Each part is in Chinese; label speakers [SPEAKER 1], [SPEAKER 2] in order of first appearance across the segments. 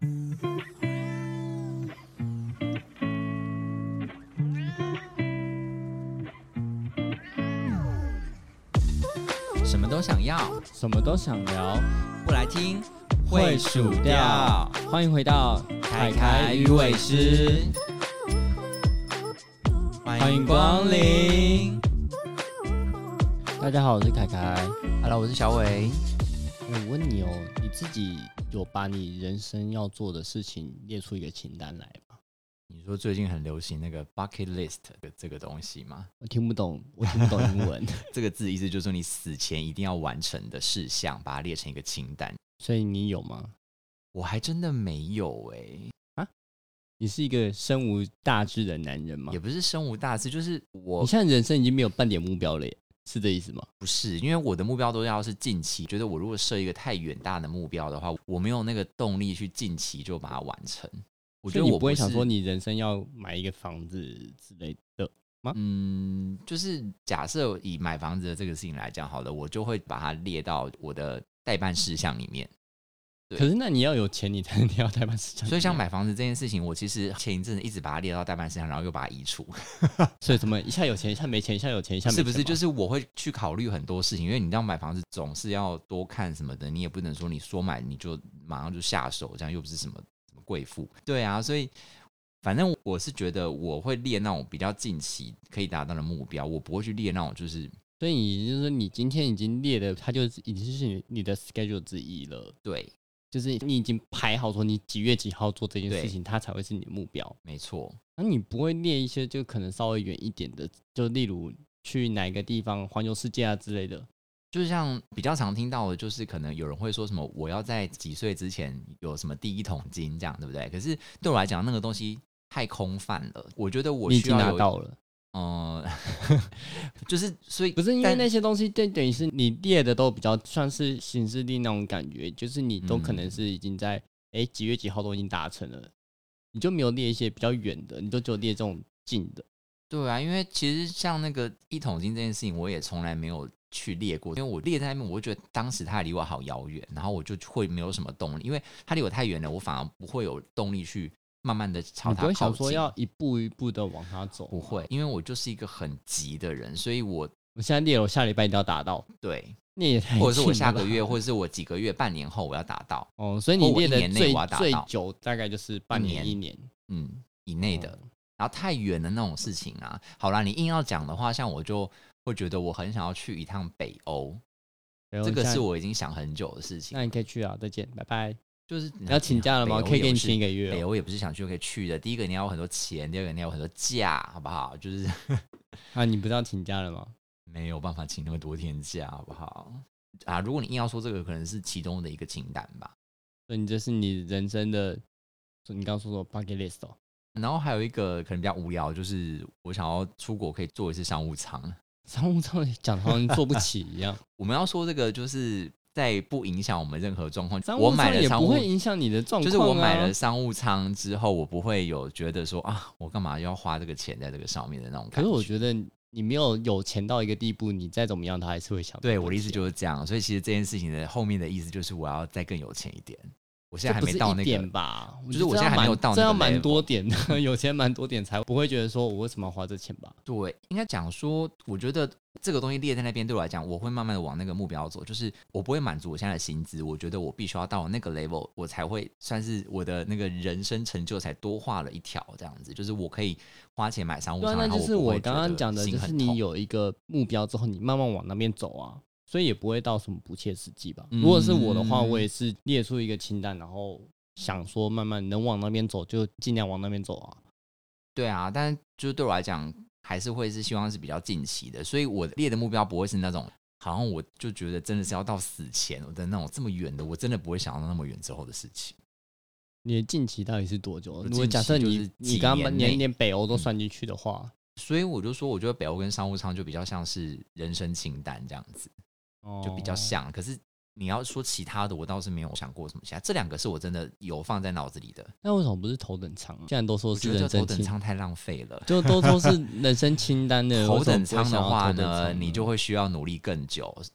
[SPEAKER 1] 什么都想要，
[SPEAKER 2] 什么都想聊，
[SPEAKER 1] 不来听会数掉。
[SPEAKER 2] 欢迎回到
[SPEAKER 1] 凯凯鱼尾狮，欢迎光临。
[SPEAKER 2] 大家好，我是凯凯。
[SPEAKER 1] Hello， 我是小伟。
[SPEAKER 2] 我问你哦，你自己有把你人生要做的事情列出一个清单来吗？
[SPEAKER 1] 你说最近很流行那个 bucket list 这个东西吗？
[SPEAKER 2] 我听不懂英文。
[SPEAKER 1] 这个字意思就是说你死前一定要完成的事项，把它列成一个清单。
[SPEAKER 2] 所以你有吗？
[SPEAKER 1] 我还真的没有
[SPEAKER 2] 啊？你是一个身无大志的男人吗？
[SPEAKER 1] 也不是身无大志，就是
[SPEAKER 2] 你现在人生已经没有半点目标了耶，是这意思吗？
[SPEAKER 1] 不是，因为我的目标都要是近期，觉得我如果设一个太远大的目标的话，我没有那个动力去近期就把它完成。我觉得我
[SPEAKER 2] 不会想说你人生要买一个房子之类的吗？
[SPEAKER 1] 就是假设以买房子的这个事情来讲好了，我就会把它列到我的待办事项里面。
[SPEAKER 2] 可是那你要有钱，你才能列到待办事项。
[SPEAKER 1] 所以像买房子这件事情，我其实前一阵子一直把它列到待办事项，然后又把它移除。
[SPEAKER 2] 所以怎么一下有钱，一下没钱，一下有钱，一下没钱？
[SPEAKER 1] 是不是就是我会去考虑很多事情？因为你要买房子总是要多看什么的，你也不能说你说买你就马上就下手，这样又不是什么贵妇。对啊，所以反正我是觉得我会列那种比较近期可以达到的目标，我不会去列那种就是。
[SPEAKER 2] 所以你就是说你今天已经列的，它就已经是你的 schedule 之一了。
[SPEAKER 1] 对，
[SPEAKER 2] 就是你已经排好说你几月几号做这件事情，它才会是你的目标。
[SPEAKER 1] 没错。
[SPEAKER 2] 那你不会列一些就可能稍微远一点的，就例如去哪个地方环游世界啊之类的？
[SPEAKER 1] 就是像比较常听到的，就是可能有人会说什么我要在几岁之前有什么第一桶金这样，对不对？可是对我来讲，那个东西太空泛了。我觉得我需要
[SPEAKER 2] 你已经拿到了。
[SPEAKER 1] 就是所以
[SPEAKER 2] 不是因为那些东西，等于是你列的都比较算是行事历那种感觉，就是你都可能是已经在几月几号都已经达成了，你就没有列一些比较远的，你就只有列这种近的。
[SPEAKER 1] 对啊，因为其实像那个一桶金这件事情，我也从来没有去列过，因为我列在那边，我就觉得当时它离我好遥远，然后我就会没有什么动力，因为它离我太远了，我反而不会有动力去慢慢的朝它靠近。
[SPEAKER 2] 你不会想说要一步一步的往它走？
[SPEAKER 1] 不会，因为我就是一个很急的人，所以我
[SPEAKER 2] 现在列了，我下礼拜一定要达到。
[SPEAKER 1] 对，
[SPEAKER 2] 你也太
[SPEAKER 1] 或者是我下个月，或者是我几个月、半年后我要达到。
[SPEAKER 2] 所以你列的最
[SPEAKER 1] 久
[SPEAKER 2] 久大概就是半年、一年
[SPEAKER 1] 以内的。然后太远的那种事情啊，好啦，你硬要讲的话，像我就会觉得我很想要去一趟北欧，这个是我已经想很久的事情。
[SPEAKER 2] 那你可以去啊，再见，拜拜。
[SPEAKER 1] 就是
[SPEAKER 2] 你要请假了吗？可以给你请一个月。
[SPEAKER 1] 北欧也不是想去就可以去的。第一个你要有很多钱，第二个你要有很多假，好不好？就是
[SPEAKER 2] 你不是要请假了吗？
[SPEAKER 1] 没有办法请那么多天假，好不好？如果你硬要说这个，可能是其中的一个清单吧。
[SPEAKER 2] 所以你这是你人生的，你刚刚说 bucket list 哦。
[SPEAKER 1] 然后还有一个可能比较无聊，就是我想要出国可以坐一次商务舱。
[SPEAKER 2] 商务舱讲好像坐不起一样。
[SPEAKER 1] 我们要说这个就是在不影响我们任何状况。
[SPEAKER 2] 商务舱也不会影响你的状况。
[SPEAKER 1] 就是我买了商务舱之后，我不会有觉得说我干嘛要花这个钱在这个上面的那种感觉。
[SPEAKER 2] 可是我觉得你没有钱到一个地步，你再怎么样，他还是会想。
[SPEAKER 1] 对，我的意思就是这样。所以其实这件事情的后面的意思就是我要再更有钱一点。我现在还没到那个
[SPEAKER 2] 点吧，
[SPEAKER 1] 就是我现在还没有到那个 level，
[SPEAKER 2] 这要蛮多点的，有钱蛮多点才不会觉得说我为什么要花这钱吧？
[SPEAKER 1] 对，应该讲说，我觉得这个东西列在那边对我来讲，我会慢慢的往那个目标走，就是我不会满足我现在的薪资，我觉得我必须要到那个 level， 我才会算是我的那个人生成就才多画了一条这样子，就是我可以花钱买商务舱，
[SPEAKER 2] 那就是我刚刚讲的，
[SPEAKER 1] 就
[SPEAKER 2] 是你有一个目标之后，你慢慢往那边走啊。所以也不会到什么不切实际吧。如果是我的话，我也是列出一个清单，然后想说慢慢能往那边走就尽量往那边走啊。
[SPEAKER 1] 对啊，但是就是对我来讲还是会是希望是比较近期的，所以我列的目标不会是那种好像我就觉得真的是要到死前的那种这么远的，我真的不会想到那么远之后的事情。
[SPEAKER 2] 你的近期到底是多久？如果假设你刚刚连北欧都算进去的话，
[SPEAKER 1] 所以我就说我觉得北欧跟商务舱就比较像是人生清单这样子，就比较像。可是你要说其他的，我倒是没有想过什么其他。这两个是我真的有放在脑子里的。
[SPEAKER 2] 那为什么不是头等舱？既然都说是人生清单，
[SPEAKER 1] 头等舱太浪费了，
[SPEAKER 2] 就都说是人生清单的。
[SPEAKER 1] 头等舱的话呢，你就会需要努力更久，然后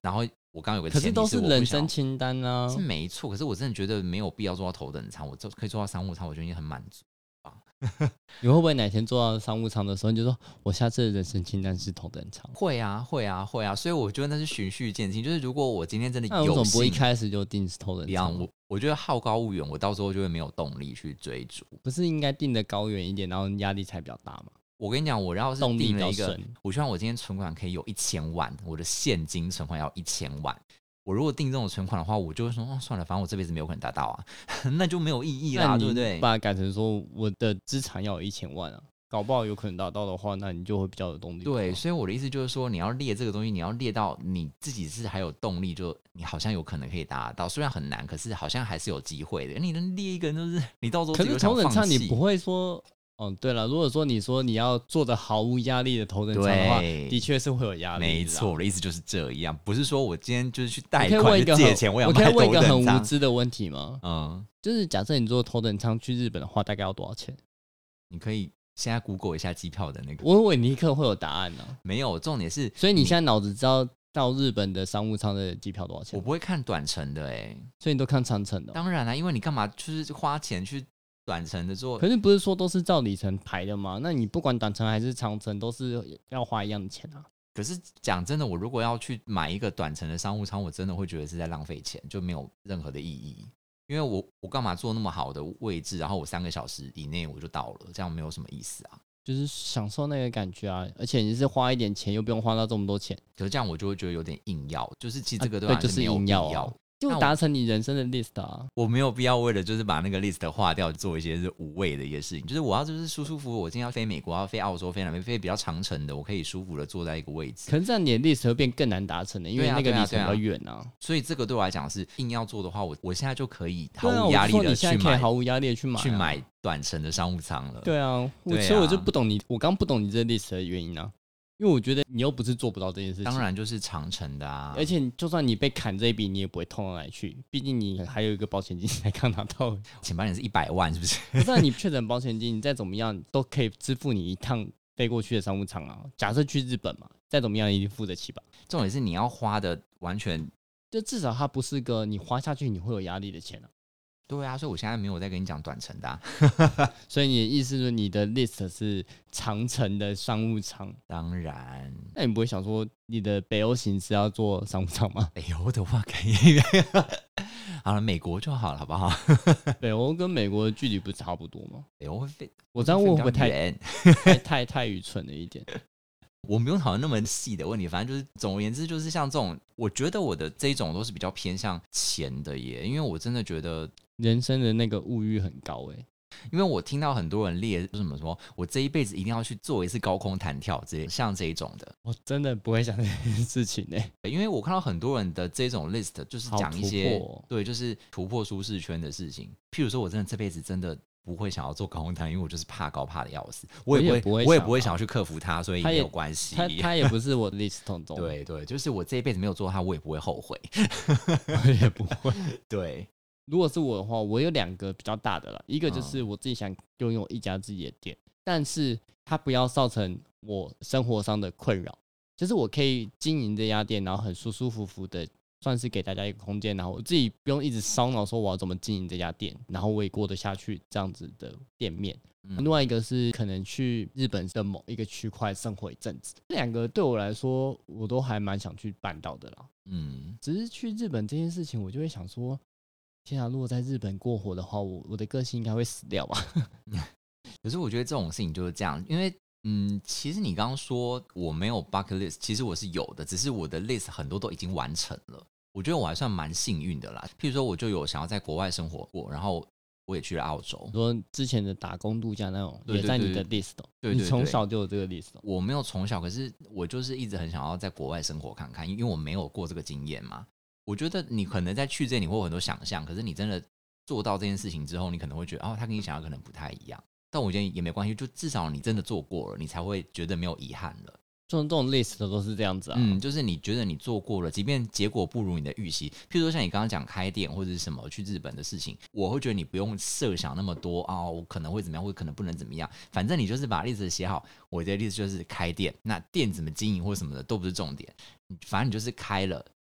[SPEAKER 1] 我刚刚有个
[SPEAKER 2] 可是都
[SPEAKER 1] 前提是
[SPEAKER 2] 是人生
[SPEAKER 1] 我不想
[SPEAKER 2] 清单啊。
[SPEAKER 1] 是没错，可是我真的觉得没有必要做到头等舱，我可以做到商务舱，我觉得已经很满足吧。
[SPEAKER 2] 你会不会哪天做到商务舱的时候，你就说我下次的人生清单是头等舱？
[SPEAKER 1] 会啊，会啊，会啊，所以我觉得那是循序渐进。就是如果我今天真的
[SPEAKER 2] 那为什
[SPEAKER 1] 有
[SPEAKER 2] 么不会一
[SPEAKER 1] 幸，
[SPEAKER 2] 开始就定是头等
[SPEAKER 1] 一样，
[SPEAKER 2] 舱？
[SPEAKER 1] 我觉得好高骛远，我到时候就会没有动力去追逐。
[SPEAKER 2] 不是应该定的高远一点，然后压力才比较大吗？
[SPEAKER 1] 我跟你讲，我要是
[SPEAKER 2] 动力
[SPEAKER 1] 定了一个
[SPEAKER 2] 比较深，
[SPEAKER 1] 我希望我今天存款可以有1000万，我的现金存款要1000万。我如果定这种存款的话，我就会说，哦，算了，反正我这辈子没有可能达到啊，那就没有意义啦，对不对？
[SPEAKER 2] 把它改成说我的资产要有1000万啊，搞不好有可能达到的话，那你就会比较有动力。
[SPEAKER 1] 对，所以我的意思就是说，你要列这个东西，你要列到你自己是还有动力，就你好像有可能可以达得到，虽然很难，可是好像还是有机会的。你能列一个，就是你到时候
[SPEAKER 2] 可是头等舱你不
[SPEAKER 1] 会
[SPEAKER 2] 会说，哦，对了，如果说你说你要做的毫无压力的头等舱的话，的确是会有压力。
[SPEAKER 1] 没错，我的意思就是这样，不是说我今天就是去贷
[SPEAKER 2] 款
[SPEAKER 1] 去借钱，我
[SPEAKER 2] 可以问一
[SPEAKER 1] 个
[SPEAKER 2] 很无知的问题吗？
[SPEAKER 1] 嗯，
[SPEAKER 2] 就是假设你坐头等舱去日本的话，大概要多少钱？
[SPEAKER 1] 你可以现在 Google 一下机票的那个。
[SPEAKER 2] 我以为你立刻会有答案呢、
[SPEAKER 1] 没有，重点是，
[SPEAKER 2] 所以你现在脑子知道到日本的商务舱的机票多少钱？
[SPEAKER 1] 我不会看短程的
[SPEAKER 2] 所以你都看长程的、
[SPEAKER 1] 当然啦、因为你干嘛就是花钱去短程的做？
[SPEAKER 2] 可是不是说都是照里程排的吗？那你不管短程还是长程，都是要花一样的钱啊。
[SPEAKER 1] 可是讲真的，我如果要去买一个短程的商务舱，我真的会觉得是在浪费钱，就没有任何的意义。因为我干嘛坐那么好的位置，然后我3个小时以内我就到了，这样没有什么意思啊。
[SPEAKER 2] 就是享受那个感觉啊，而且你是花一点钱，又不用花到这么多钱。
[SPEAKER 1] 可是这样我就会觉得有点硬要，就是其实这个
[SPEAKER 2] 对就是
[SPEAKER 1] 没有必
[SPEAKER 2] 硬要就达成你人生的 list 啊。
[SPEAKER 1] 我没有必要为了就是把那个 list 划掉，做一些是无谓的一些事情。就是我要就是舒舒服服，我今天要飞美国，要飞澳洲，飞哪边飞比较长程的，我可以舒服的坐在一个位置。
[SPEAKER 2] 可是这样你的 list 会变更难达成的，因为那个里程比较远啊。
[SPEAKER 1] 所以这个对我来讲是硬要做的话，我现在就可以毫
[SPEAKER 2] 无
[SPEAKER 1] 压力的去买，
[SPEAKER 2] 毫无压力的去
[SPEAKER 1] 买短程的商务舱了。
[SPEAKER 2] 对啊，所以我就不懂你，我刚不懂你这 list 的原因啊。因为我觉得你又不是做不到这件事情，
[SPEAKER 1] 当然就是长程的啊。
[SPEAKER 2] 而且就算你被砍这一笔，你也不会痛到哪里去，毕竟你还有一个保险金才刚拿到。
[SPEAKER 1] 前半年是100万，是不是？
[SPEAKER 2] 不是、啊、你确诊保险金，你再怎么样都可以支付你一趟飞过去的商务舱啊。假设去日本嘛，再怎么样一定付得起吧。
[SPEAKER 1] 重点是你要花的完全，
[SPEAKER 2] 就至少它不是个你花下去你会有压力的钱啊。
[SPEAKER 1] 对啊，所以我现在没有在跟你讲短程的啊。
[SPEAKER 2] 所以你的意思是你的 list 是长程的商务舱？
[SPEAKER 1] 当然。
[SPEAKER 2] 那你不会想说你的北欧行是要坐商务舱吗？
[SPEAKER 1] 北欧的话可以。好了，美国就好了，好不好？
[SPEAKER 2] 北欧跟美国的距离不是差不多吗？
[SPEAKER 1] 北欧会飞，
[SPEAKER 2] 我这样问会不会太愚蠢了一点？
[SPEAKER 1] 我们不用讨论那么细的问题，反正就是总而言之，就是像这种，我觉得我的这一种都是比较偏向钱的耶，因为我真的觉得
[SPEAKER 2] 人生的那个物欲很高耶。
[SPEAKER 1] 因为我听到很多人列什么说，我这一辈子一定要去做一次高空弹跳之类，像这一种的，
[SPEAKER 2] 我真的不会想这件事情呢。
[SPEAKER 1] 因为我看到很多人的这种 list 就是讲一些对，就是突破舒适圈的事情。譬如说，我真的这辈子真的不会想要做高空弹，因为我就是怕高怕的要死，我也不会想要去克服它，所以没有关系。
[SPEAKER 2] 它也不是我的 list 中。
[SPEAKER 1] 对对，就是我这一辈子没有做它，我也不会后悔，
[SPEAKER 2] 我也不会。
[SPEAKER 1] 对。
[SPEAKER 2] 如果是我的话，我有2个比较大的啦，一个就是我自己想拥有一家自己的店，但是它不要造成我生活上的困扰，就是我可以经营这家店，然后很舒舒服服的，算是给大家一个空间，然后我自己不用一直烧脑说我要怎么经营这家店，然后我也过得下去这样子的店面。另外一个是可能去日本的某一个区块生活一阵子，这2个对我来说我都还蛮想去办到的啦。只是去日本这件事情，我就会想说，天啊，如果在日本过活的话，我的个性应该会死掉吧。
[SPEAKER 1] 可是我觉得这种事情就是这样，因为其实你刚刚说我没有 bucket list， 其实我是有的，只是我的 list 很多都已经完成了。我觉得我还算蛮幸运的啦。譬如说，我就有想要在国外生活过，然后我也去了澳洲。
[SPEAKER 2] 说之前的打工度假那种，也在你的 list。
[SPEAKER 1] 对，
[SPEAKER 2] 你从小就有这个 list。
[SPEAKER 1] 我没有从小，可是我就是一直很想要在国外生活看看，因为我没有过这个经验嘛。我觉得你可能在去之前你会有很多想象，可是你真的做到这件事情之后，你可能会觉得它跟你想象可能不太一样。但我觉得也没关系，就至少你真的做过了，你才会觉得没有遗憾了。
[SPEAKER 2] 这种 list 都是这样子啊。
[SPEAKER 1] 就是你觉得你做过了，即便结果不如你的预期，譬如说像你刚刚讲开店或者是什么去日本的事情，我会觉得你不用设想那么多我可能会怎么样，或可能不能怎么样，反正你就是把例子写好。我的例子就是开店，那店怎么经营或什么的都不是重点，反正你就是开了。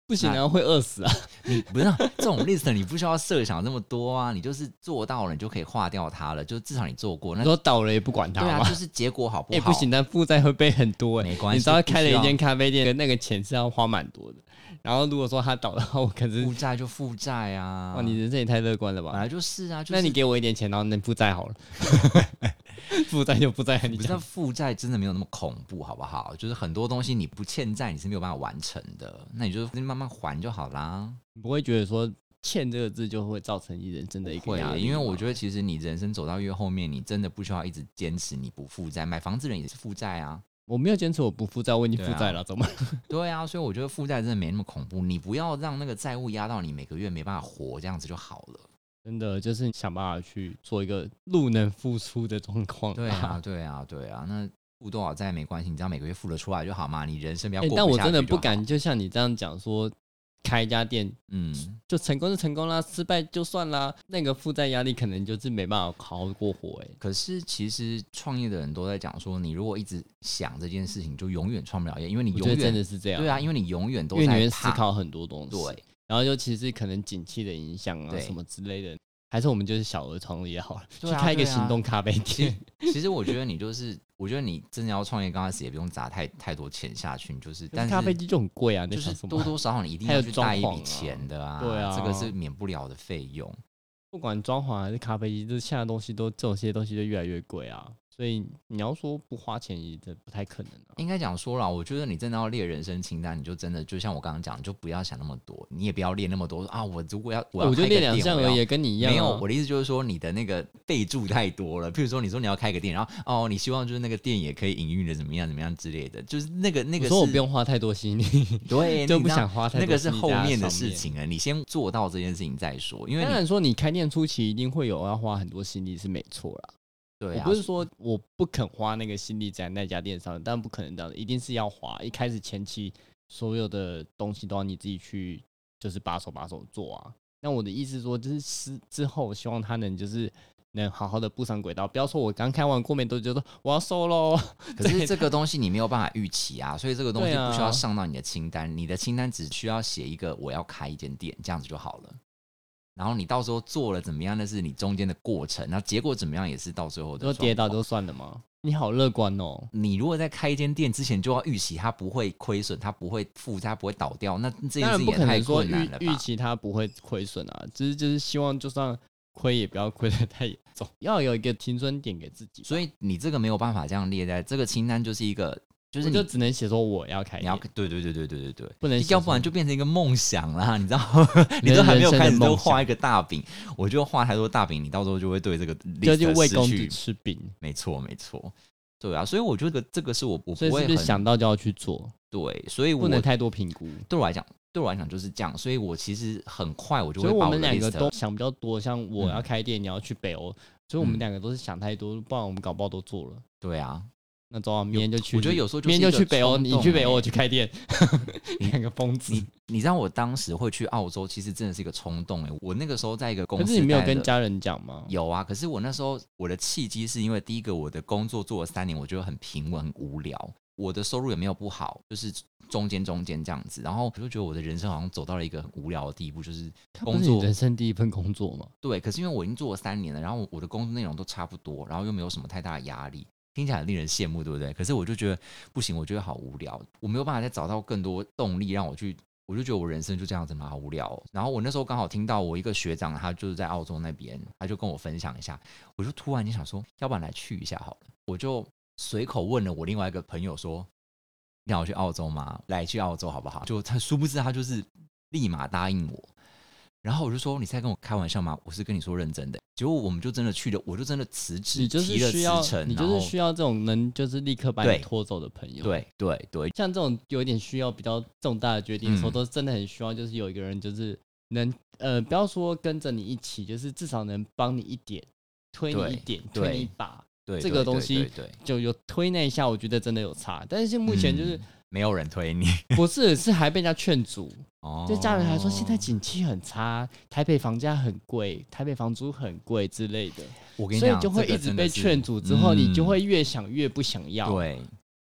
[SPEAKER 2] 不行啊，会饿死啊！
[SPEAKER 1] 你不是这种 list， 你不需要设想这么多啊，你就是做到了，你就可以划掉它了，就至少你做过。那
[SPEAKER 2] 你说倒了也不管它吗？
[SPEAKER 1] 对啊，就是结果好不好？
[SPEAKER 2] 不行，但负债会背很多
[SPEAKER 1] 没关系。
[SPEAKER 2] 你知道开了一间咖啡店，那个钱是要花蛮多的。然后如果说他倒的话，我可是
[SPEAKER 1] 负债就负债啊！
[SPEAKER 2] 哇，你人生也太乐观了吧？
[SPEAKER 1] 本来就是啊，
[SPEAKER 2] 那你给我一点钱，然后能负债好了。负债就负债，你
[SPEAKER 1] 不是负债真的没有那么恐怖，好不好？就是很多东西你不欠债，你是没有办法完成的，那你就慢慢还就好啦。
[SPEAKER 2] 你不会觉得说欠这个字就会造成你人生的一个压力？
[SPEAKER 1] 因为我觉得其实你人生走到越后面，你真的不需要一直坚持你不负债。买房子的人也是负债啊。
[SPEAKER 2] 我没有坚持我不负债，我已经负债了，怎么？
[SPEAKER 1] 对啊，所以我觉得负债真的没那么恐怖，你不要让那个债务压到你每个月没办法活，这样子就好了。
[SPEAKER 2] 真的就是想办法去做一个入能付出的状况。
[SPEAKER 1] 对啊，对啊，对啊，那付多少债没关系，你只要每个月付得出来就好嘛。你人生不要过不下去就好。
[SPEAKER 2] 但我真的不敢，就像你这样讲说，开一家店，就成功就成功啦，失败就算啦。那个负债压力可能就是没办法好好过活。
[SPEAKER 1] 可是其实创业的人都在讲说，你如果一直想这件事情，就永远创不了业，因为你永远
[SPEAKER 2] 真的是这样。
[SPEAKER 1] 对啊，因为你永远都
[SPEAKER 2] 在
[SPEAKER 1] 怕，因为
[SPEAKER 2] 你会思考很多东西。
[SPEAKER 1] 对。
[SPEAKER 2] 然后尤其是可能景气的影响啊什么之类的，还是我们就是小额创业好了，去开一个行动咖啡店。
[SPEAKER 1] 其实我觉得你就是，我觉得你真的要创业，刚开始也不用砸太多钱下去，但是
[SPEAKER 2] 咖啡机就很贵啊，
[SPEAKER 1] 就是多多少少你一定要去带一笔钱的啊，
[SPEAKER 2] 对啊，
[SPEAKER 1] 这个是免不了的费用。
[SPEAKER 2] 不管装潢还是咖啡机，就是现在东西都这些东西就越来越贵啊。所以你要说不花钱也不太可能
[SPEAKER 1] 应该讲说啦，我觉得你真的要列人生清单，你就真的就像我刚刚讲，你就不要想那么多，你也不要列那么多啊。我如果我
[SPEAKER 2] 就列2项而已，跟你一样。
[SPEAKER 1] 没有，我的意思就是说你的那个备注太多了。譬如说，你说你要开个店，然后你希望就是那个店也可以营运的怎么样之类的，就是那个。我
[SPEAKER 2] 说我不用花太多心力，
[SPEAKER 1] 对，
[SPEAKER 2] 就不想花太多心力。
[SPEAKER 1] 那个是后面的事情了，你先做到这件事情再说。因为
[SPEAKER 2] 当然说你开店初期一定会有要花很多心力是没错啦。
[SPEAKER 1] 对啊，
[SPEAKER 2] 我不是说我不肯花那个心力在那家店上，但不可能这样的，一定是要花。一开始前期所有的东西都要你自己去，就是把手做啊。那我的意思是说，就是之后希望他能好好的步上轨道，不要说我刚开完过没多久就说我要收喽。
[SPEAKER 1] 可是这个东西你没有办法预期啊，所以这个东西不需要上到你的清单，你的清单只需要写一个我要开一间店，这样子就好了。然后你到时候做了怎么样，那是你中间的过程，然后结果怎么样也是到最后的状况。
[SPEAKER 2] 都跌倒就算了吗？你好乐观哦！
[SPEAKER 1] 你如果在开一间店之前就要预期它不会亏损，它不会负债，它不会倒掉，那这件事情也太困难了吧？
[SPEAKER 2] 预期它不会亏损啊，就是希望就算亏也不要亏得太严重，要有一个停损点给自己。
[SPEAKER 1] 所以你这个没有办法这样列在这个清单，就是一个。就是
[SPEAKER 2] 你就只能写说我要开店，
[SPEAKER 1] 对，
[SPEAKER 2] 不能
[SPEAKER 1] 要不然就变成一个梦想啦，你知道？你都还没有开始就画一个大饼，我就画太多大饼，你到时候就会对这个 list
[SPEAKER 2] 就喂公子吃饼。
[SPEAKER 1] 没错，对啊，所以我觉得这个是我不会
[SPEAKER 2] 是不是想到就要去做？
[SPEAKER 1] 对，所以我
[SPEAKER 2] 不能太多评估。
[SPEAKER 1] 对我来讲就是这样，所以我其实很快我就会把
[SPEAKER 2] 所以我们两个都想比较多，像我要开店，你要去北欧，所以我们两个都是想太多，不然我们搞不好都做了。
[SPEAKER 1] 对啊。
[SPEAKER 2] 那走啊，明天就去。
[SPEAKER 1] 我觉得有时候
[SPEAKER 2] 明天就去北欧，你去北欧，我去开店。你两个疯子！
[SPEAKER 1] 你知道我当时会去澳洲，其实真的是一个冲动我那个时候在一个公司，
[SPEAKER 2] 可是你没有跟家人讲吗？
[SPEAKER 1] 有啊，可是我那时候我的契机是因为第一个我的工作做了3年，我觉得很平稳很无聊，我的收入也没有不好，就是中间这样子，然后我就觉得我的人生好像走到了一个很无聊的地步，就是工作。
[SPEAKER 2] 不是你人生第一份工作吗？
[SPEAKER 1] 对，可是因为我已经做了3年了，然后我的工作内容都差不多，然后又没有什么太大的压力。听起来很令人羡慕，对不对？可是我就觉得不行，我觉得好无聊，我没有办法再找到更多动力让我去，我就觉得我人生就这样子嘛，好无聊然后我那时候刚好听到我一个学长，他就是在澳洲那边，他就跟我分享一下，我就突然间想说，要不然来去一下好了。我就随口问了我另外一个朋友说，你想去澳洲吗？来去澳洲好不好？就他殊不知他就是立马答应我。然后我就说，你是在跟我开玩笑吗？我是跟你说认真的。结果我们就真的去了，我就真的辞职，提了辞呈。
[SPEAKER 2] 你就是需要这种能就是立刻把你拖走的朋友。
[SPEAKER 1] 对，
[SPEAKER 2] 像这种有点需要比较重大的决定的时候，都真的很需要，就是有一个人就是能不要说跟着你一起，就是至少能帮你一点，推你一点，推你一把。
[SPEAKER 1] 对，
[SPEAKER 2] 这个东西就有推那一下，我觉得真的有差。但是目前就是
[SPEAKER 1] 没有人推你，
[SPEAKER 2] 不是还被人家劝阻。就家人还说现在景气很差，台北房价很贵，台北房租很贵之类的，
[SPEAKER 1] 我跟你讲，
[SPEAKER 2] 所以就会一直被劝阻，之后你就会越想越不想要。
[SPEAKER 1] 对，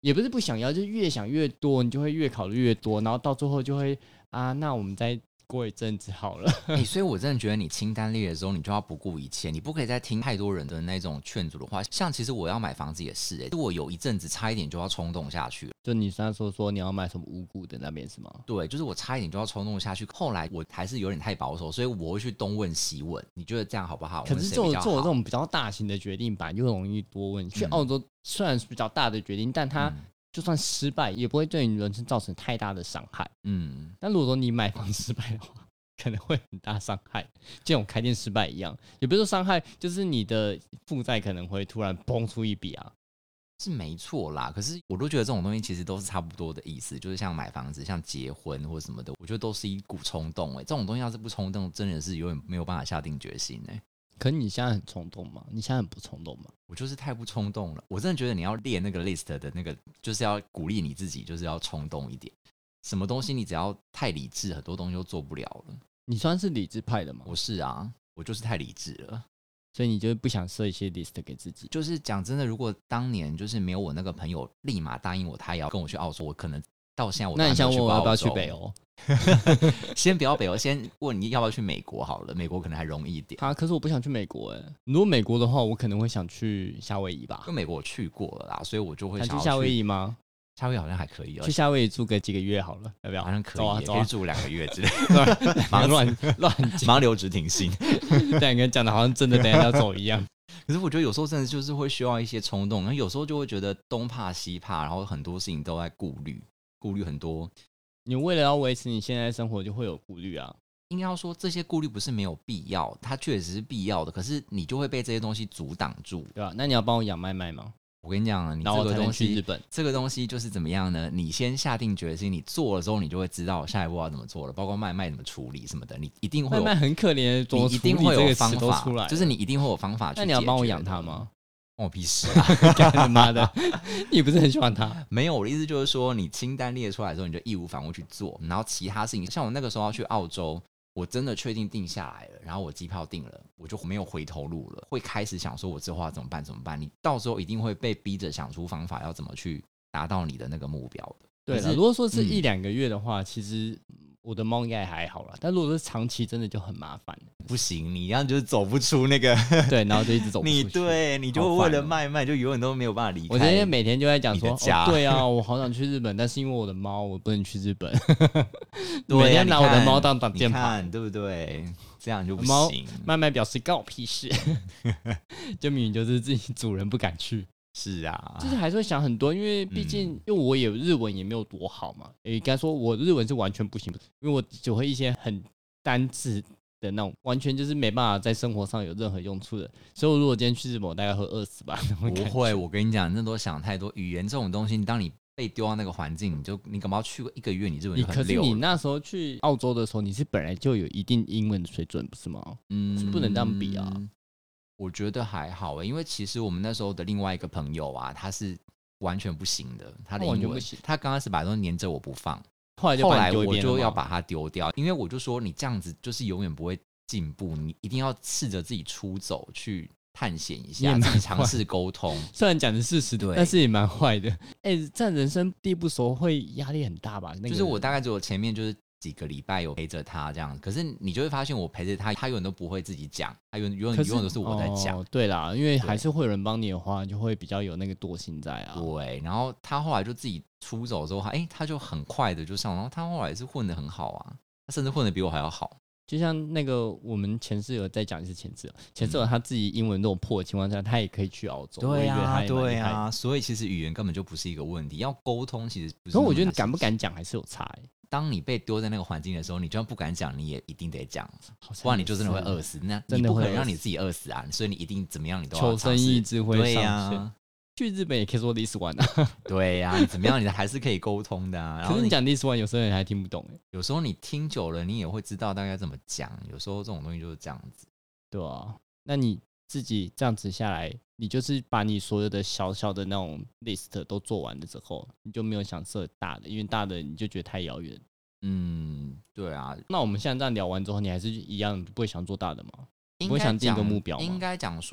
[SPEAKER 2] 也不是不想要，就是越想越多，你就会越考虑越多，然后到最后就会那我们再过一阵子好了。
[SPEAKER 1] 所以我真的觉得你清单列的时候，你就要不顾一切，你不可以再听太多人的那种劝阻的话。像其实我要买房子也是，我有一阵子差一点就要冲动下去了。
[SPEAKER 2] 就你上次说你要买什么五股的那边是吗？
[SPEAKER 1] 对，就是我差一点就要冲动下去，后来我还是有点太保守，所以我会去东问西问，你觉得这样好不好？
[SPEAKER 2] 可是做这种比较大型的决定吧，就容易多问。去澳洲虽然是比较大的决定，但它就算失败，也不会对你人生造成太大的伤害。但如果说你买房失败的话，可能会很大伤害，就像开店失败一样，也不是说伤害，就是你的负债可能会突然崩出一笔啊。
[SPEAKER 1] 是没错啦，可是我都觉得这种东西其实都是差不多的意思，就是像买房子、像结婚或什么的，我觉得都是一股冲动。这种东西要是不冲动，真的是永远没有办法下定决心。
[SPEAKER 2] 可是你现在很冲动吗？你现在很不冲动吗？
[SPEAKER 1] 我就是太不冲动了。我真的觉得你要列那个 list 的那个，就是要鼓励你自己，就是要冲动一点。什么东西你只要太理智，很多东西都做不了了。
[SPEAKER 2] 你算是理智派的吗？
[SPEAKER 1] 我是啊，我就是太理智了。
[SPEAKER 2] 所以你就不想设一些 list 给自己。
[SPEAKER 1] 就是讲真的，如果当年就是没有我那个朋友立马答应我，他也要跟我去澳洲，我可能到现在我都还没有去过澳洲。
[SPEAKER 2] 那你想我要不要去北欧？
[SPEAKER 1] 先不要北欧，先问你要不要去美国好了，美国可能还容易一点。
[SPEAKER 2] 可是我不想去美国如果美国的话，我可能会想去夏威夷吧。
[SPEAKER 1] 因为美国我去过了啦，所以我就会想要
[SPEAKER 2] 去夏威夷吗？
[SPEAKER 1] 夏威夷好像还可以，
[SPEAKER 2] 去夏威夷住个几个月好了，要不要？
[SPEAKER 1] 好像可以，可以住2个月之类
[SPEAKER 2] 的。乱
[SPEAKER 1] 忙留职停薪，
[SPEAKER 2] 对，跟讲的好像真的等一下要走一样。
[SPEAKER 1] 可是我觉得有时候真的就是会需要一些冲动，然后有时候就会觉得东怕西怕，然后很多事情都在顾虑很多。
[SPEAKER 2] 你为了要维持你现在的生活，就会有顾虑啊。
[SPEAKER 1] 应该要说这些顾虑不是没有必要，它确实是必要的，可是你就会被这些东西阻挡住，
[SPEAKER 2] 对吧？那你要帮我养麦麦吗？
[SPEAKER 1] 我跟你讲，你这个东西，这个东西就是怎么样呢？你先下定决心，你做了之后，你就会知道下一步要怎么做了，包括麦麦怎么处理什么的，你一定会有。
[SPEAKER 2] 麦麦很可怜，
[SPEAKER 1] 你一定会有方法出来，就是你一定会有方法去解决。
[SPEAKER 2] 那你要帮我养它吗？
[SPEAKER 1] 关我屁事啊！
[SPEAKER 2] 干他妈的，你不是很喜欢它？
[SPEAKER 1] 没有，我的意思就是说，你清单列出来的时候，你就义无反顾去做，然后其他事情，像我那个时候要去澳洲。我真的确定定下来了，然后我机票定了，我就没有回头路了。会开始想说，我之后要怎么办？你到时候一定会被逼着想出方法，要怎么去达到你的那个目标的。
[SPEAKER 2] 对了，如果说是1-2个月的话，其实我的猫应该还好啦。但如果是长期，真的就很麻烦。
[SPEAKER 1] 不行，你这样就是走不出那个
[SPEAKER 2] 对，然后就一直走不出去。
[SPEAKER 1] 你就为了麦就永远都没有办法离开。
[SPEAKER 2] 我今天每天就在讲说，对啊，我好想去日本，但是因为我的猫，我不能去日本。每天拿我的猫当挡箭牌，
[SPEAKER 1] 对不对？这样就不行。
[SPEAKER 2] 麦麦表示关我屁事，就明明就是自己主人不敢去。
[SPEAKER 1] 是啊，
[SPEAKER 2] 就是还是会想很多，因为毕竟因为我也日文也没有多好嘛，应该说我日文是完全不行，因为我只会一些很单字的那种，完全就是没办法在生活上有任何用处的。所以我如果今天去日本，我大概会饿死吧。
[SPEAKER 1] 不会，我跟你讲，那都想太多。语言这种东西，当你被丢到那个环境，你干嘛要去过1个月，你日文就很溜了。
[SPEAKER 2] 可是你那时候去澳洲的时候，你是本来就有一定英文的水准，不是吗？是不能这样比啊。
[SPEAKER 1] 我觉得还好因为其实我们那时候的另外一个朋友啊，他是完全不行的，他的英文他刚开始把东西黏着我不放，后来我就要把它丢掉，因为我就说你这样子就是永远不会进步，你一定要试着自己出走去探险一下，自己尝试沟通。
[SPEAKER 2] 虽然讲的是事实，但是也蛮坏的。在人生地不熟会压力很大吧？
[SPEAKER 1] 就是我大概只有前面就是几个礼拜有陪着他这样，可是你就会发现我陪着他，他永远都不会自己讲，他永远都是我在讲。
[SPEAKER 2] 对啦，因为还是会有人帮你的话，就会比较有那个惰性在啊。
[SPEAKER 1] 对，然后他后来就自己出走之后，他就很快的就上，然后他后来是混得很好啊，他甚至混得比我还要好。
[SPEAKER 2] 就像那个我们前室友再讲一次前室友他自己英文那种破的情况下，他也可以去澳洲。
[SPEAKER 1] 对啊，所以其实语言根本就不是一个问题，要沟通其实不是。
[SPEAKER 2] 可是我觉得敢不敢讲还是有差
[SPEAKER 1] 当你被丢在那个环境的时候，你就算不敢讲，你也一定得讲，不然你就真的会饿死。那你不可能让你自己饿死啊！所以你一定怎么样，你都要
[SPEAKER 2] 求生意志会上
[SPEAKER 1] 线。
[SPEAKER 2] 去日本也可以说 this one 啊。
[SPEAKER 1] 对呀，你怎么样，你还是可以沟通的啊。
[SPEAKER 2] 可是你讲 this one，有时候人还听不懂
[SPEAKER 1] 有时候你听久了，你也会知道大概怎么讲。有时候这种东西就是这样子。
[SPEAKER 2] 对啊，那你自己这样子下来，你就是把你所有的小小的那种 list 都做完了之后，你就没有想设大的，因为大的你就觉得太遥远。
[SPEAKER 1] 对啊。
[SPEAKER 2] 那我们现在这样聊完之后，你还是一样不会想做大的吗？不会想定一个目标吗？
[SPEAKER 1] 应该讲说，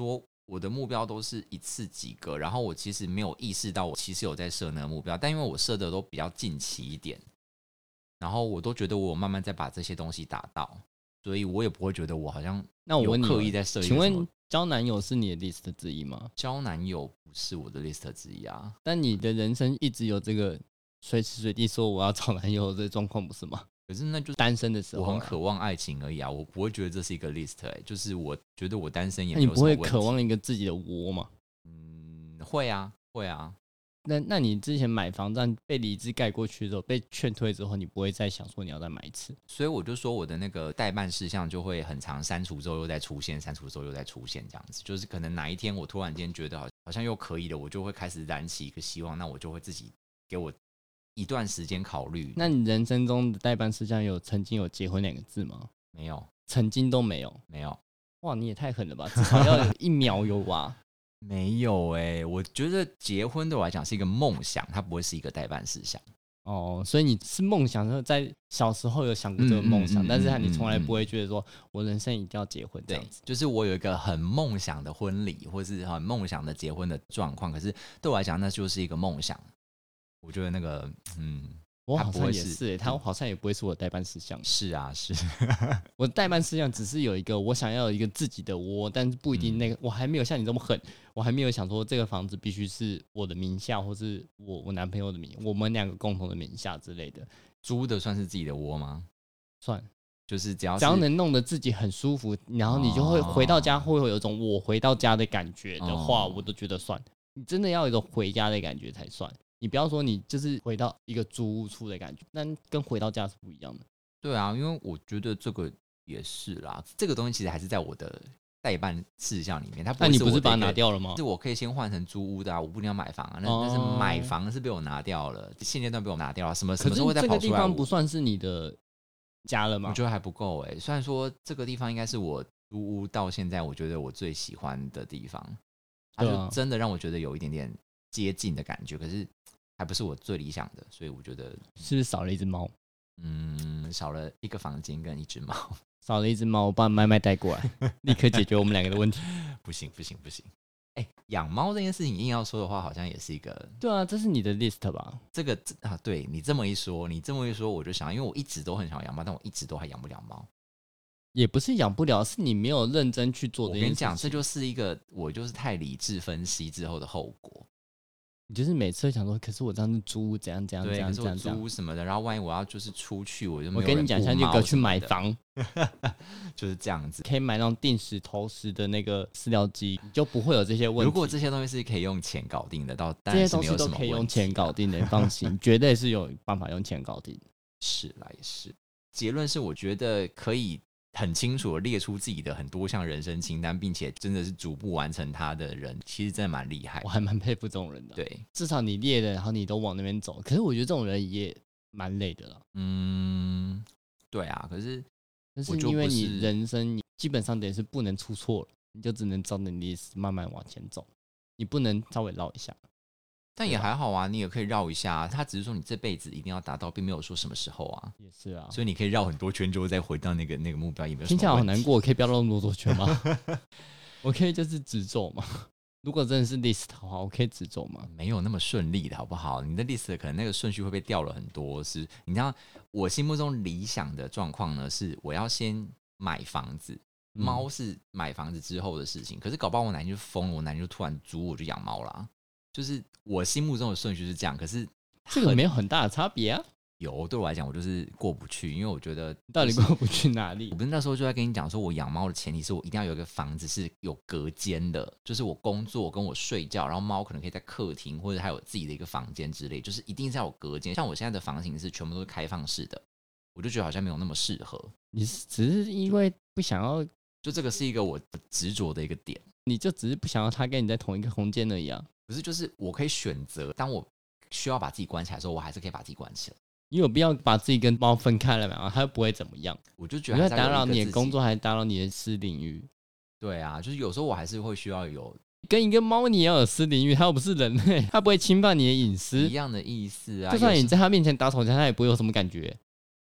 [SPEAKER 1] 我的目标都是一次几个，然后我其实没有意识到我其实有在设那个目标，但因为我设的都比较近期一点，然后我都觉得我慢慢在把这些东西达到，所以我也不会觉得我好像有
[SPEAKER 2] 那我问你
[SPEAKER 1] 刻意在设一个
[SPEAKER 2] 请
[SPEAKER 1] 什么。
[SPEAKER 2] 问交男友是你的 list 之一吗？
[SPEAKER 1] 交男友不是我的 list 之一啊。
[SPEAKER 2] 但你的人生一直有这个随时随地说我要找男友的这状况，不是吗？
[SPEAKER 1] 可是那就是
[SPEAKER 2] 单身的时候
[SPEAKER 1] 我
[SPEAKER 2] 啦，
[SPEAKER 1] 很渴望爱情而已啊，我不会觉得这是一个 list，就是我觉得我单身也
[SPEAKER 2] 那你不
[SPEAKER 1] 没有什么问题。
[SPEAKER 2] 会渴望一个自己的窝吗？
[SPEAKER 1] 会啊，会啊。
[SPEAKER 2] 那你之前买房但被理智盖过去之后，被劝退之后，你不会再想说你要再买一次？
[SPEAKER 1] 所以我就说我的那个待办事项就会很长，删除之后又再出现，删除之后又再出现，这样子，就是可能哪一天我突然间觉得好像又可以了，我就会开始燃起一个希望，那我就会自己给我一段时间考虑。
[SPEAKER 2] 那你人生中的代办事项有曾经有结婚2个字吗？
[SPEAKER 1] 没有，
[SPEAKER 2] 曾经都没有。
[SPEAKER 1] 没有，
[SPEAKER 2] 哇，你也太狠了吧！至少要有1秒有吧？
[SPEAKER 1] 没有我觉得结婚对我来讲是一个梦想，它不会是一个待办事项。
[SPEAKER 2] 哦，所以你是梦想，在小时候有想过这个梦想，但是你从来不会觉得说我人生一定要结婚这样子。
[SPEAKER 1] 就是我有一个很梦想的婚礼，或是很梦想的结婚的状况，可是对我来讲那就是一个梦想。我觉得那个
[SPEAKER 2] 我好像也是他好像也不会是我的代办事项。
[SPEAKER 1] 是啊，是
[SPEAKER 2] 我的代办事项只是有一个我想要有一个自己的窝，但是不一定那个我还没有像你这么狠，我还没有想说这个房子必须是我的名下，或是我男朋友的名，我们2个共同的名下之类的。
[SPEAKER 1] 租的算是自己的窝吗？
[SPEAKER 2] 算，
[SPEAKER 1] 就是只要
[SPEAKER 2] 能弄得自己很舒服，然后你就会回到家会有一种我回到家的感觉的话，我都觉得算。你真的要有一种回家的感觉才算。你不要说你就是回到一个租屋处的感觉，那跟回到家是不一样的。
[SPEAKER 1] 对啊，因为我觉得这个也是啦，这个东西其实还是在我的待办事项里面。那
[SPEAKER 2] 你不是把它拿掉了吗？
[SPEAKER 1] 是我可以先换成租屋的啊，我不一定要买房啊。但是买房是被我拿掉了，现阶段被我拿掉了。什么时候会再跑出来？
[SPEAKER 2] 可是这个地方不算是你的家了吗？
[SPEAKER 1] 我觉得还不够虽然说这个地方应该是我租屋到现在我觉得我最喜欢的地方，它就真的让我觉得有一点点接近的感觉，可是还不是我最理想的，所以我觉得
[SPEAKER 2] 是不是少了一只猫？
[SPEAKER 1] 少了一个房间跟一只猫，
[SPEAKER 2] 少了一只猫，我把麦麦带过来，立刻解决我们2个的问题。
[SPEAKER 1] 不行，养猫这件事情硬要说的话，好像也是一个。
[SPEAKER 2] 对啊，这是你的 list 吧？
[SPEAKER 1] 这个对你这么一说，我就想，因为我一直都很想养猫，但我一直都还养不了猫。
[SPEAKER 2] 也不是养不了，是你没有认真去做这件事情。
[SPEAKER 1] 我跟你讲，这就是一个我就是太理智分析之后的后果。
[SPEAKER 2] 你就是每次想说，可是我这样子租怎样，
[SPEAKER 1] 对，可是我租什么的，然后万一我要就是出去，我就没有人顾猫。
[SPEAKER 2] 我跟你讲，现在就给我去买房，
[SPEAKER 1] 就是这样子，
[SPEAKER 2] 可以买那种定时投食的那个饲料机，你就不会有这些问题。
[SPEAKER 1] 如果这些东西是可以用钱搞定的，
[SPEAKER 2] 这些东西都可以用钱搞定的，你放心，绝对是有办法用钱搞定的。
[SPEAKER 1] 是啦，也是。结论是，我觉得可以很清楚的列出自己的很多项人生清单，并且真的是逐步完成它的人，其实真的蛮厉害。
[SPEAKER 2] 我还蛮佩服这种人的。
[SPEAKER 1] 对，
[SPEAKER 2] 至少你列的，然后你都往那边走。可是我觉得这种人也蛮累的了。
[SPEAKER 1] 对啊。可是，
[SPEAKER 2] 但是因为你人生基本上等于是不能出错了，你就只能照着你慢慢往前走，你不能稍微绕一下。
[SPEAKER 1] 但也还好啊，你也可以绕一下。他只是说你这辈子一定要达到，并没有说什么时候啊。
[SPEAKER 2] 也是啊，
[SPEAKER 1] 所以你可以绕很多圈之后再回到那个目标，也没有什么问题。
[SPEAKER 2] 听起来好难过，我可以不要绕那么多圈吗？我可以就是直走嘛。如果真的是 list 的话，我可以直走吗？
[SPEAKER 1] 没有那么顺利的好不好？你的 list 可能那个顺序会被掉了很多。是你知道，我心目中理想的状况呢，是我要先买房子。猫是买房子之后的事情，可是搞不好我哪天就疯了，我哪天就突然租我就养猫啦。就是我心目中的顺序是这样，可是
[SPEAKER 2] 这个没有很大的差别啊。
[SPEAKER 1] 有，对我来讲，我就是过不去，因为我觉得
[SPEAKER 2] 到底过不去哪里？
[SPEAKER 1] 我不是那时候就在跟你讲说，我养猫的前提是我一定要有一个房子是有隔间的，就是我工作跟我睡觉，然后猫可能可以在客厅或者还有自己的一个房间之类，就是一定是要有隔间。像我现在的房型是全部都是开放式的，我就觉得好像没有那么适合。
[SPEAKER 2] 你只是因为不想要，
[SPEAKER 1] 就这个是一个我执着的一个点，
[SPEAKER 2] 你就只是不想要它跟你在同一个空间而已啊。
[SPEAKER 1] 可是就是我可以选择，当我需要把自己关起来的时候，我还是可以把自己关起来。
[SPEAKER 2] 你有必要把自己跟猫分开了吗？它又不会怎么样。
[SPEAKER 1] 我就觉得
[SPEAKER 2] 不要打扰你的工作，还打扰你的私领域。
[SPEAKER 1] 对啊，就是有时候我还是会需要有
[SPEAKER 2] 跟一个猫，你也要有私领域，它又不是人类，它不会侵犯你的隐私，
[SPEAKER 1] 一样的意思啊。
[SPEAKER 2] 就算你在它面前打手枪，它也不会有什么感觉。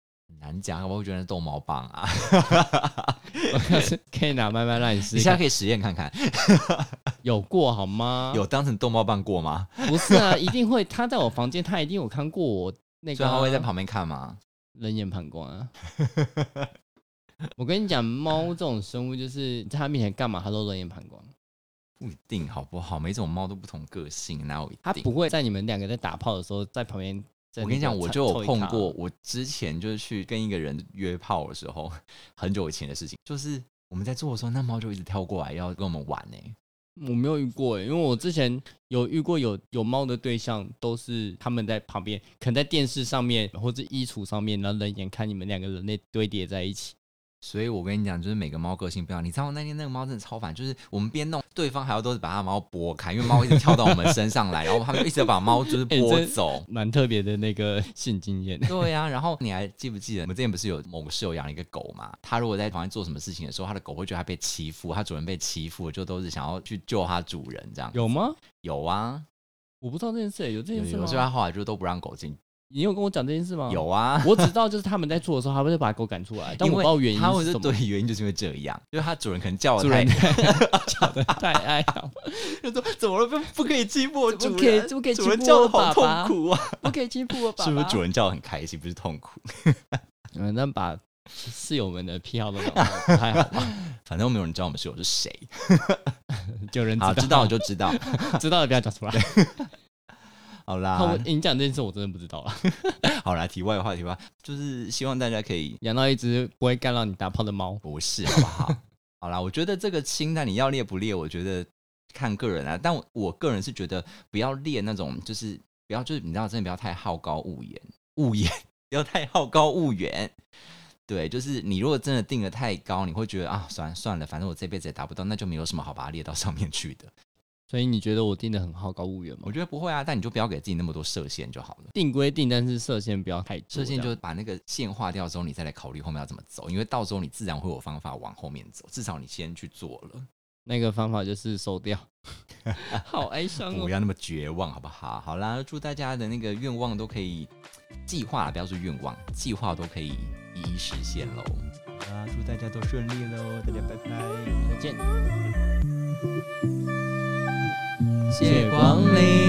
[SPEAKER 1] 难讲，我会觉得逗猫棒啊。
[SPEAKER 2] 我是可以拿麦麦让你试，
[SPEAKER 1] 你现在可以实验看看。
[SPEAKER 2] 有过好吗？
[SPEAKER 1] 有当成逗猫棒过吗？
[SPEAKER 2] 不是啊，一定会。他在我房间，他一定有看过我那个、
[SPEAKER 1] 所以他会在旁边看吗？
[SPEAKER 2] 人眼旁观啊。我跟你讲，猫这种生物，就是在他面前干嘛，它都人眼旁观。
[SPEAKER 1] 不一定好不好？每种猫都不同个性，哪有一定？
[SPEAKER 2] 它不会在你们两个在打炮的时候，在旁边。
[SPEAKER 1] 我跟你讲，我就有碰过。我之前就是去跟一个人约炮的时候，很久以前的事情，就是我们在做的时候，那猫就一直跳过来要跟我们玩呢、
[SPEAKER 2] 我没有遇过因为我之前有遇过有猫的对象，都是他们在旁边，可能在电视上面或者衣橱上面，然后人眼看你们两个人类堆叠在一起。
[SPEAKER 1] 所以我跟你讲，就是每个猫个性不一样。你知道那天那个猫真的超烦，就是我们边弄，对方还要都是把它猫拨开，因为猫一直跳到我们身上来，然后他们就一直把猫就是拨走，
[SPEAKER 2] 蛮特别的那个性经验。
[SPEAKER 1] 对啊，然后你还记不记得我们之前不是有某个室友养了一个狗嘛？他如果在旁边做什么事情的时候，他的狗会觉得他被欺负，他主人被欺负，就都是想要去救他主人这样。
[SPEAKER 2] 有吗？
[SPEAKER 1] 有啊，
[SPEAKER 2] 我不知道这件事，有这件事吗？
[SPEAKER 1] 有，所以他后来就都不让狗进。
[SPEAKER 2] 你有跟我讲这件事吗？
[SPEAKER 1] 有啊，
[SPEAKER 2] 我只知道就是他们在做的时候，他会把狗赶出来，但我不知道原因是什么。
[SPEAKER 1] 他会对原因就是因为这样，就是他主人可能叫的
[SPEAKER 2] 太爱了，
[SPEAKER 1] 就说怎么了不可以欺负我主
[SPEAKER 2] 人？不可以欺负我爸爸？
[SPEAKER 1] 主人叫的好痛苦啊！
[SPEAKER 2] 不可以欺负我爸爸？
[SPEAKER 1] 是不是主人叫的很开心，不是痛苦？
[SPEAKER 2] 那把室友们的癖好都搞得不太好吧？
[SPEAKER 1] 反正没有人知道我们室友是谁，
[SPEAKER 2] 有人
[SPEAKER 1] 知道就知道，
[SPEAKER 2] 知道的不要讲出来。
[SPEAKER 1] 好啦，
[SPEAKER 2] 你讲这件事我真的不知道了。
[SPEAKER 1] 好啦，题外话，就是希望大家可以
[SPEAKER 2] 养到一只不会干扰你打炮的猫，
[SPEAKER 1] 不是好不好？好啦，我觉得这个清单你要列不列，我觉得看个人啊。但我个人是觉得不要列那种，就是不要，就是你知道，真的不要太好高骛远，不要太好高骛远。对，就是你如果真的定得太高，你会觉得啊，算了，反正我这辈子也达不到，那就没有什么好把它列到上面去的。
[SPEAKER 2] 所以你觉得我定的很好高骛远吗？
[SPEAKER 1] 我觉得不会啊，但你就不要给自己那么多设限就好了。
[SPEAKER 2] 定归定，但是设限不要太多。
[SPEAKER 1] 设限就是把那个线划掉之后，你再来考虑后面要怎么走，因为到时候你自然会有方法往后面走，至少你先去做了。
[SPEAKER 2] 那个方法就是收掉。好哀伤哦！
[SPEAKER 1] 不要那么绝望，好不好？好啦，祝大家的那个愿望都可以计划，不要说愿望，计划都可以一一实现喽。好啦，祝大家都顺利喽！大家拜拜，
[SPEAKER 2] 再见。
[SPEAKER 1] 谢光临。